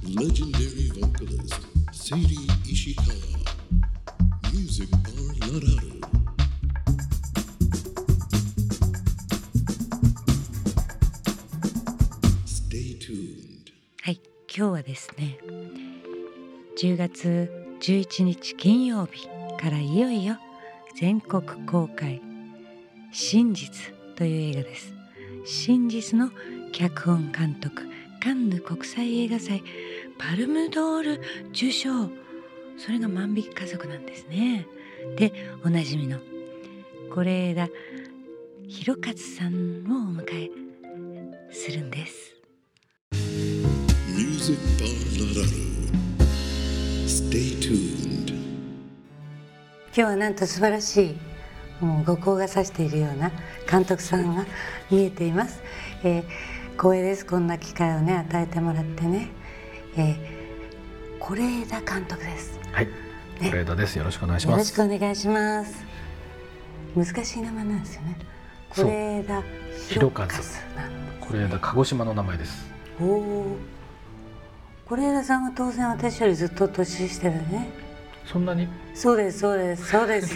Legendary vocalist Seiri Ishikawa. Music Bar Nararu. Stay tuned. はい、今日はですね、10月11日金曜日からいよいよ全国公開真実という映画です。真実の脚本監督、カンヌ国際映画祭パルムドール受賞、それが万引き家族なんですね。で、おなじみの是枝裕和さんをお迎えするんです。 Music Bar Nararu. Stay tuned. 今日はなんと素晴らしい、もう後光が差しているような監督さんが見えています。光栄です。こんな機会をね与えてもらってね。是枝監督です。 はい、是枝です。よろしくお願いします。 よろしくお願いします。難しい名前なんですよね。是枝裕和さん。 是枝、鹿児島の名前です。 おお。是枝さんは当然私よりずっと年下でね。 そんなに？ そうですそうですそうです。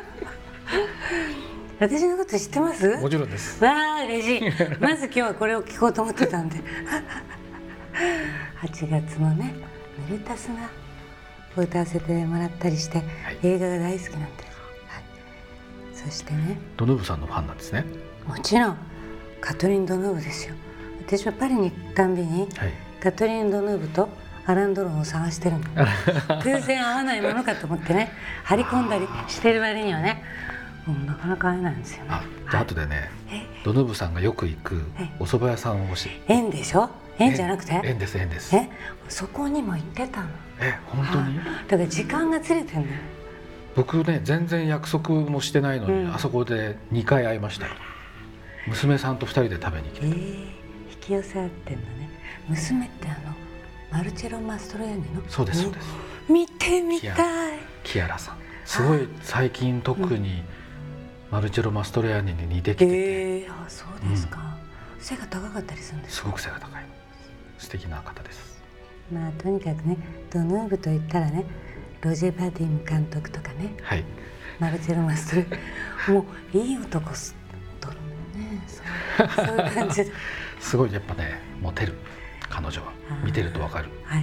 私のこと知ってます？ もちろんです。 わあ嬉しい。まず今日はこれを聞こうと思ってたんで。8月のね、ぬれた砂を歌わせてもらったりして、はい、映画が大好きなんです。はい、そしてね、 ドヌーブさんのファンなんですね。 もちろんカトリン・ドヌーブですよ。私はパリに行くたんびに、はい、カトリン・ドヌーブとアラン・ドロンを探してるの。偶然合わないものかと思ってね、張り込んだりしてる割にはね、なかなか会えないんですよね。 じゃあ後でね、ドヌーブさんがよく行くお蕎麦屋さんを縁でしょ？縁じゃなくて？ 縁です縁です。 そこにも行ってたの。 本当に？ だから時間がずれてんのよ。 僕ね、全然約束もしてないのに、あそこで2回会いましたよ。娘さんと2人で食べに来て。 引き寄せ合ってんのね。娘ってマルチェロ・マストロヤーニの？ そうですそうです。 見てみたい。 キアラさん、すごい最近特にマルチェロ・マストロヤーニに似てきてて。 そうですか。背が高かったりするんですか？ すごく背が高い素敵な方です。 まあとにかくね、ドヌーブといったらね、ロジェ・バディム監督とかね、 はい、 マルチェロ・マストロもういい男とるね。そういう感じで。 すごいやっぱね、モテる。彼女は見てるとわかる。 はい、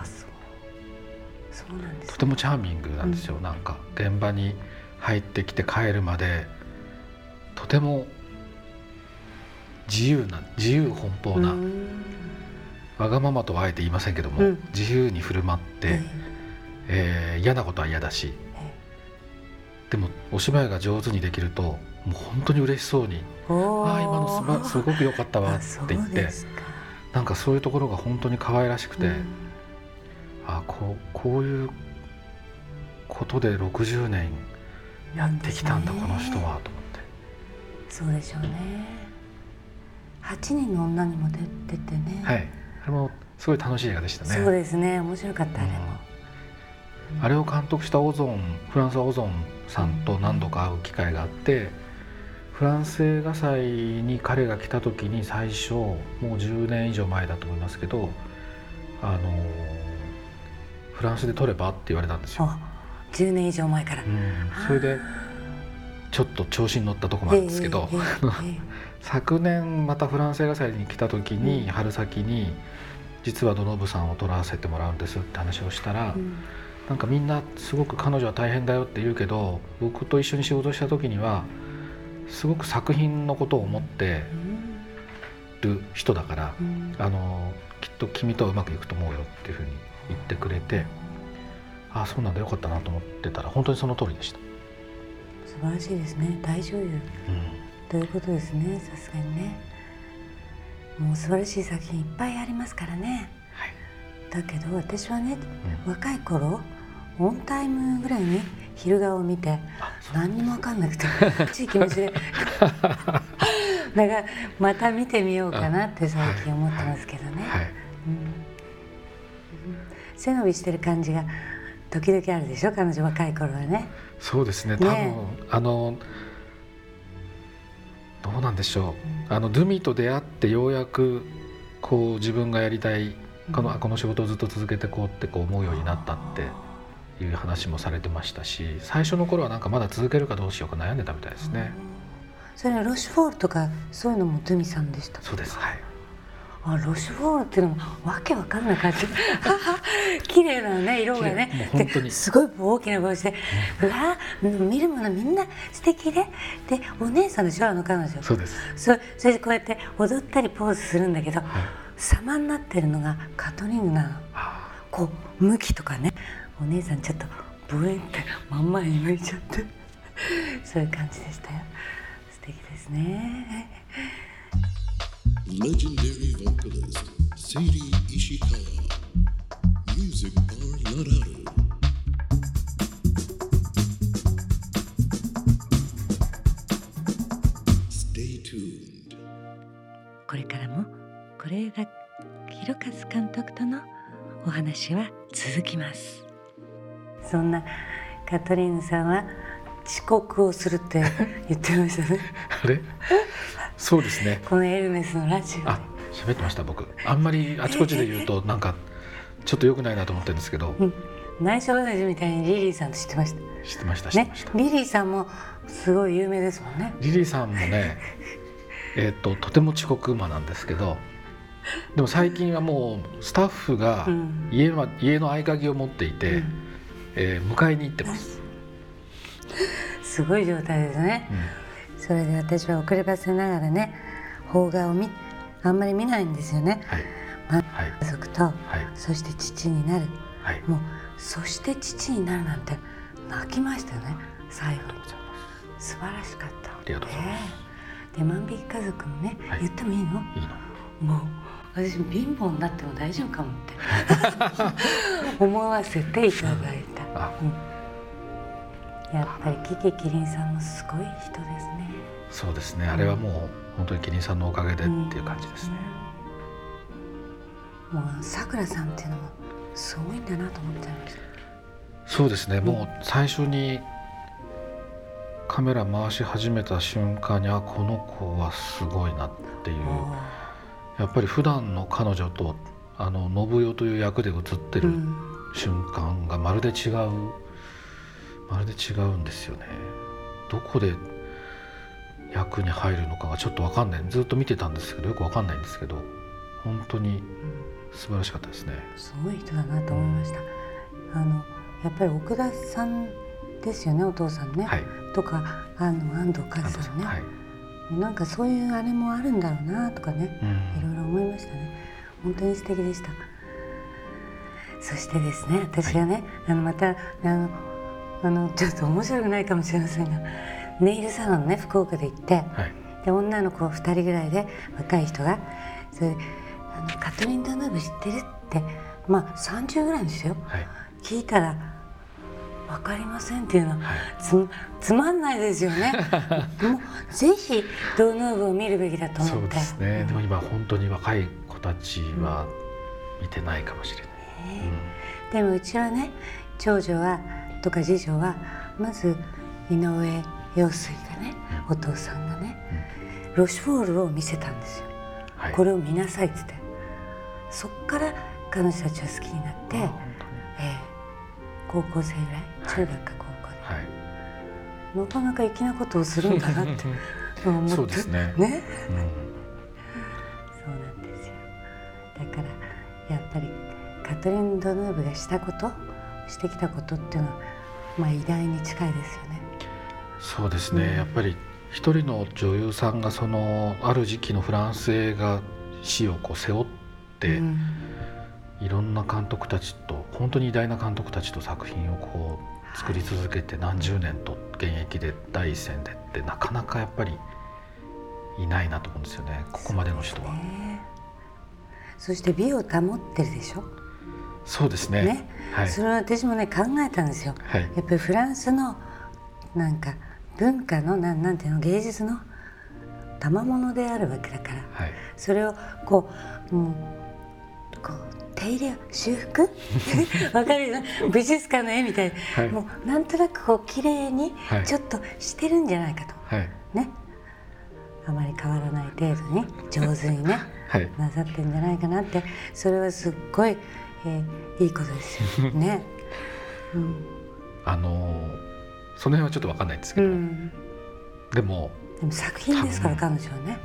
そうなんですね。 とてもチャーミングなんですよ。なんか現場に入ってきて帰るまでとても自由奔放な、わがままとはあえて言いませんけども、自由に振る舞って、嫌なことは嫌だし、でもお芝居が上手にできるともう本当に嬉しそうに「今のすごく良かったわ」って言って、なんかそういうところが本当に可愛らしくて、こういうことで60年やってきたんだ、この人はと思って。 そうでしょうね。8人の女にも出てね。 はい、あれもすごい楽しい映画でしたね。 そうですね、面白かった。あれも、 あれを監督したフランスはオゾンさんと何度か会う機会があって、フランス映画祭に彼が来た時に最初、もう10年以上前だと思いますけど、フランスで撮ればって言われたんですよ。 10年以上前から。 それでちょっと調子に乗ったとこもあるんですけど、昨年またフランス映画祭に来た時に、春先に実はドノブさんを撮らせてもらうんですって話をしたら、なんかみんなすごく彼女は大変だよって言うけど、僕と一緒に仕事した時にはすごく作品のことを思ってる人だから、きっと君とはうまくいくと思うよっていうふうに言ってくれて、そうなんだ、よかったなと思ってたら本当にその通りでした。 素晴らしいですね。大女優、ということですね。さすがにね、もう素晴らしい作品いっぱいありますからね。だけど私はね、若い頃オンタイムぐらいに昼顔を見て何にも分かんなくて地域虫でだからまた見てみようかなって最近思ってますけどね。背伸びしてる感じが時々あるでしょ、彼女若い頃はね。 そうですね、多分どうなんでしょう、ドゥミと出会ってようやくこう自分がやりたいこの仕事をずっと続けてこうって思うようになったっていう話もされてましたし、最初の頃はなんかまだ続けるかどうしようか悩んでたみたいですね。 それはロシュフォールとかそういうのもトゥミさんでした？ そうです、はい。 ロシュフォールっていうのもわけわかんなかった綺麗なね色がね、 もう本当にすごい大きな帽子で、うわ見るものみんな素敵で、お姉さんでしょ、彼女。 そうです。 それでこうやって踊ったりポーズするんだけど、様になってるのがカトリーヌなの。こう向きとかね、お姉さんちょっとブエンって真ん前に向いちゃってそういう感じでしたよ。素敵ですね。 Legendary vocalist Seiri Ishikawa. Music Bar Nararu. Stay tuned. これからも是枝裕和監督とのお話は続きます。そんなカトリーヌさんは遅刻をするって言ってましたねあれそうですね。 このエルメスのラジオで喋ってました。僕あんまりあちこちで言うとなんかちょっと良くないなと思ってるんですけど、 内緒話みたいにリリーさんと知ってました？ 知ってました、 ね、リリーさんもすごい有名ですもんね。 リリーさんもねとても遅刻魔なんですけど、でも最近はもうスタッフが家の合鍵を持っていて、迎えに行ってます。 すごい状態ですね。それで私は遅ればせながらね、邦画をあんまり見ないんですよね。家族と、そして父になる、もうそして父になるなんて泣きましたよね。最後素晴らしかった。 ありがとうございます。 で万引き家族もね、言ってもいいの？いいの。もう私貧乏になっても大丈夫かもって思わせていただいた。やっぱりキキキリンさんもすごい人ですね。 そうですね。あれはもう本当にキリンさんのおかげでっていう感じですね。 もうさくらさんっていうのもすごいんだなと思っちゃいました。そうですね。 もう最初にカメラ回し始めた瞬間にこの子はすごいなっていう。やっぱり普段の彼女と信代という役で映ってる瞬間がまるで違うんですよね。どこで役に入るのかがちょっと分かんない。ずっと見てたんですけどよく分かんないんですけど、本当に素晴らしかったですね。 すごい人だなと思いました。やっぱり奥田さんですよね、お父さんね、とか安藤和さんね、なんかそういうあれもあるんだろうなとかね、いろいろ思いましたね。本当に素敵でした。そしてですね、私はね、またちょっと面白くないかもしれませんが、ネイルサロンね、福岡で行って、で女の子2人ぐらいで若い人がそれカトリン・ドヌーブ知ってるって30ぐらいですよ、聞いたら分かりませんっていうのは、つまんないですよねもうぜひドヌーブを見るべきだと思って。 そうですね。でも今本当に若い子たちは見てないかもしれない、 でもうちはね、長女はとか次女はまず井上陽水がね、お父さんがね、ロシュフォールを見せたんですよ、これを見なさいって言って、そっから彼女たちは好きになって、高校生ぐらい、中学か高校で、なかなか粋なことをするんだなって思ってそうですね。 そうなんですよ。だからやっぱりカトリン・ドヌーブがしてきたことっていうのは偉大に近いですよね。 そうですね、やっぱり一人の女優さんがある時期のフランス映画史を背負って、いろんな監督たちと、本当に偉大な監督たちと作品を作り続けて何十年と現役で第一線でってなかなかやっぱりいないなと思うんですよね、ここまでの人は。 そして美を保ってるでしょ。 そうですね。 それは私もね考えたんですよ、やっぱりフランスのなんか文化のなんていうの、芸術の賜物であるわけだから、それを手入れ修復わかるよね、美術館の絵みたいに、もうなんとなく綺麗にちょっとしてるんじゃないかと、ね、あまり変わらない程度に上手にねなさってんじゃないかなって、それはすっごい、いいことですよね、 その辺はちょっと分かんないんですけど、でも作品ですから彼女はね、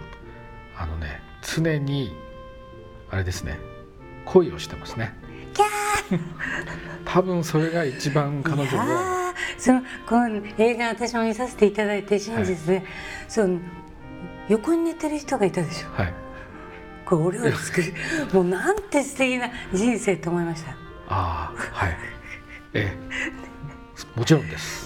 常にあれですね、恋をしてますね。 キャー多分それが一番彼女もこの映画私も見させていただいて真実で、横に寝てる人がいたでしょ、これお料理作るもうなんて素敵な人生と思いました。 もちろんです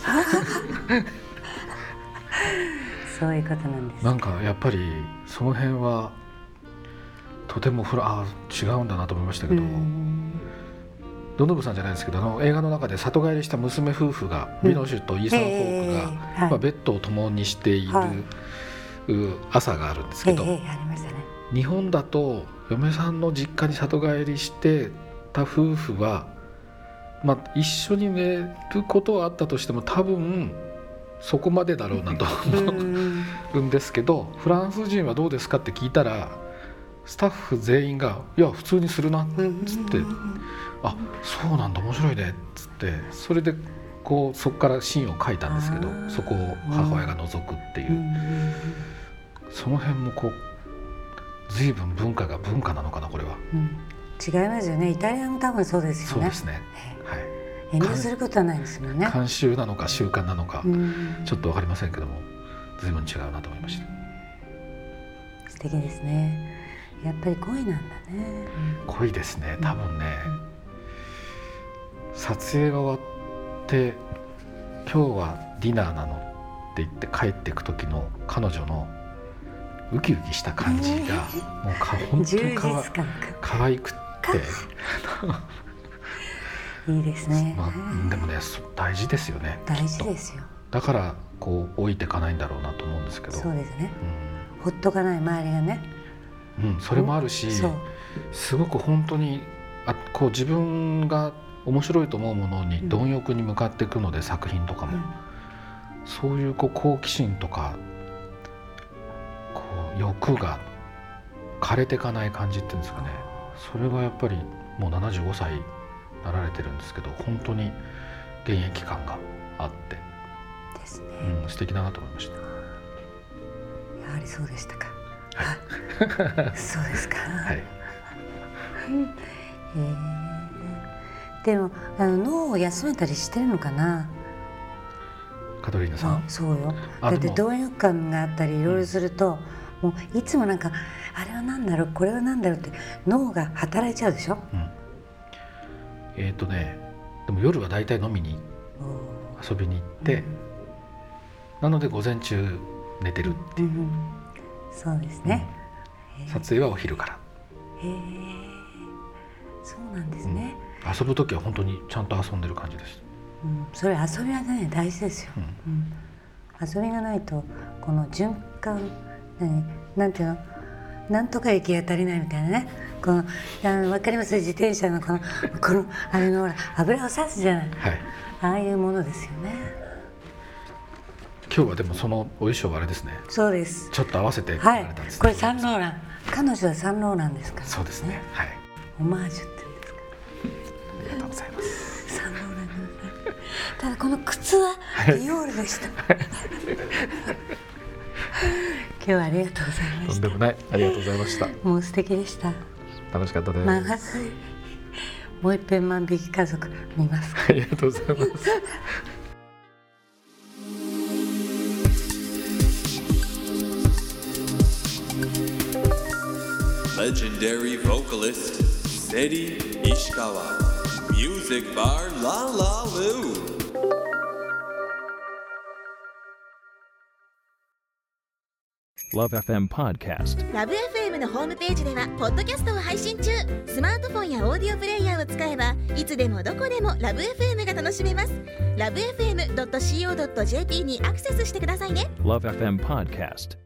そういうことなんです。 なんかやっぱりその辺はとても違うんだなと思いましたけど、ドノブさんじゃないですけど、映画の中で里帰りした娘夫婦が、ビノシュとイーサン・ホークが、ベッドを共にしている、朝があるんですけど、 ありましたね。 日本だと嫁さんの実家に里帰りしてた夫婦は、一緒に寝ることはあったとしても多分そこまでだろうなと思うんですけど、フランス人はどうですかって聞いたら、スタッフ全員がいや普通にするなっつって、そうなんだ面白いねっつって、それでそこからシーンを書いたんですけど、そこを母親が覗くっていう、その辺も随分文化なのかなこれは、 違いますよね。イタリアも多分そうですよね。 そうですね、 遠慮することはないですもんね。 慣習なのか習慣なのかちょっと分かりませんけども、随分違うなと思いました。 素敵ですね。やっぱり恋なんだね。 恋ですね。多分ね、撮影が終わって今日はディナーなのって言って帰っていく時の彼女のウキウキした感じがもう本当に可愛くっていいですね。 でもね、大事ですよね。 大事ですよ。 だから置いていかないんだろうなと思うんですけど。 そうですね、ほっとかない周りがね、 それもあるし、すごく本当に自分が面白いと思うものに貪欲に向かっていくので、作品とかも、そういう好奇心とか欲が枯れていかない感じっていうんですかね、それがやっぱりもう75歳なられてるんですけど、本当に現役感があってですね、 素敵だなと思いました。 やはりそうでしたか。そうですか。でも脳を休めたりしてるのかな、 カトリーナさん。 そうよ。だって貪欲感があったりいろいろすると、もういつもなんかあれは何だろうこれは何だろうって脳が働いちゃうでしょ。 でも夜はだいたい飲みに遊びに行って、なので午前中寝てるっていう、 そうですね、 撮影はお昼から。 そうなんですね、 遊ぶ時は本当にちゃんと遊んでる感じです。 それ遊びはね大事ですよ、遊びがないとこの循環なんていうの、なんとか液が足りないみたいなね、分かります？自転車のこのあれのほら油を差すじゃない、ああいうものですよね。 今日はでもそのお衣装はあれですね。 そうです。 ちょっと合わせてられたんですね。 これサンローラン、彼女はサンローランですから、 そうですね。 オマージュっていうんですか。 ありがとうございます。 サンローランのただこの靴はディオールでした。今日はありがとうございました。 とんでもない、ありがとうございました。 もう素敵でした。 楽しかったです。 もう一遍万引き家族見ますか。 ありがとうございます。 Legendary vocalist Seri Ishikawa, Music Bar La La Lu. LoveFM Podcast。 LoveFM のホームページではポッドキャストを配信中。スマートフォンやオーディオプレイヤーを使えばいつでもどこでも LoveFM が楽しめます。 LoveFM.co.jp にアクセスしてくださいね。 LoveFM Podcast